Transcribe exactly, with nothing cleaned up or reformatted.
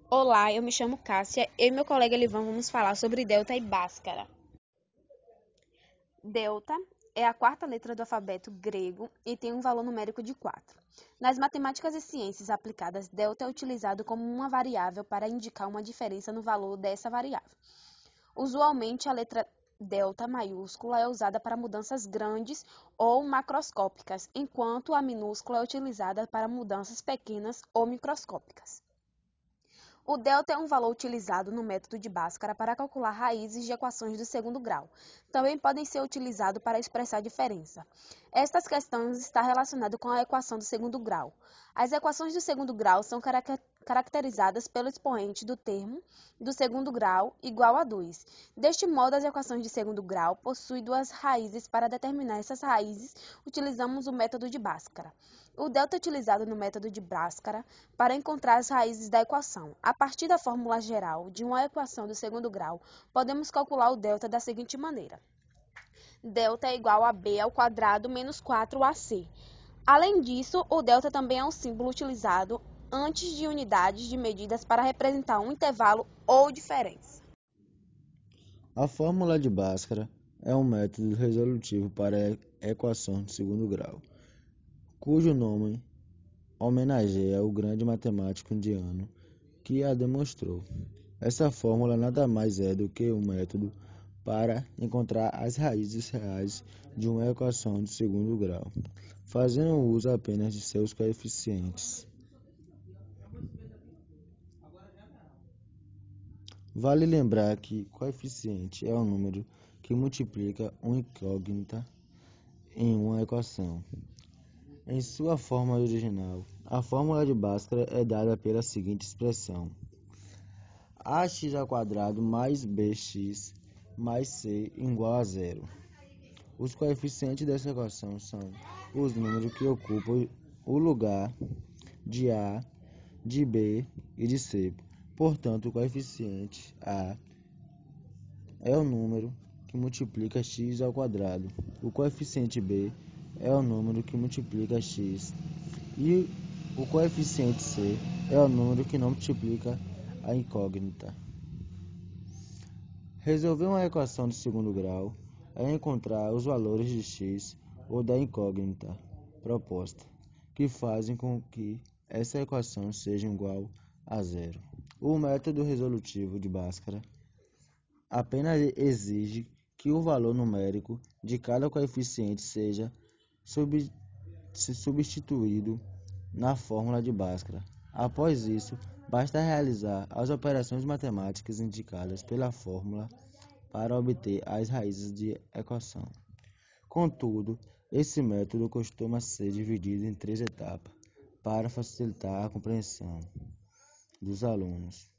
Olá, eu me chamo Cássia. Eu e meu colega Elivan vamos falar sobre delta e bhaskara. Delta é a quarta letra do alfabeto grego e tem um valor numérico de quatro. Nas matemáticas e ciências aplicadas, delta é utilizado como uma variável para indicar uma diferença no valor dessa variável. Usualmente, a letra delta maiúscula é usada para mudanças grandes ou macroscópicas, enquanto a minúscula é utilizada para mudanças pequenas ou microscópicas. O delta é um valor utilizado no método de Bhaskara para calcular raízes de equações do segundo grau. Também podem ser utilizados para expressar diferença. Estas questões estão relacionadas com a equação do segundo grau. As equações do segundo grau são caracterizadas pelo expoente do termo do segundo grau igual a dois. Deste modo, as equações de segundo grau possuem duas raízes. Para determinar essas raízes, utilizamos o método de Bhaskara. O delta é utilizado no método de Bhaskara para encontrar as raízes da equação. A partir da fórmula geral de uma equação do segundo grau, podemos calcular o delta da seguinte maneira: delta é igual a b ao quadrado menos quatro a c. Além disso, o delta também é um símbolo utilizado antes de unidades de medidas para representar um intervalo ou diferença. A fórmula de Bhaskara é um método resolutivo para equações de segundo grau, cujo nome homenageia o grande matemático indiano que a demonstrou. Essa fórmula nada mais é do que um método para encontrar as raízes reais de uma equação de segundo grau, fazendo uso apenas de seus coeficientes. Vale lembrar que coeficiente é o número que multiplica uma incógnita em uma equação. Em sua forma original, a fórmula de Bhaskara é dada pela seguinte expressão: ax ao quadrado mais bx mais c igual a zero. Os coeficientes dessa equação são os números que ocupam o lugar de a, de b e de c. Portanto, o coeficiente a é o número que multiplica x ao quadrado. O coeficiente b é o número que multiplica x. E o coeficiente c é o número que não multiplica a incógnita. Resolver uma equação de segundo grau é encontrar os valores de x ou da incógnita proposta, que fazem com que essa equação seja igual a zero. O método resolutivo de Bhaskara apenas exige que o valor numérico de cada coeficiente seja sub- substituído na fórmula de Bhaskara. Após isso, basta realizar as operações matemáticas indicadas pela fórmula para obter as raízes de equação. Contudo, esse método costuma ser dividido em três etapas para facilitar a compreensão dos alunos.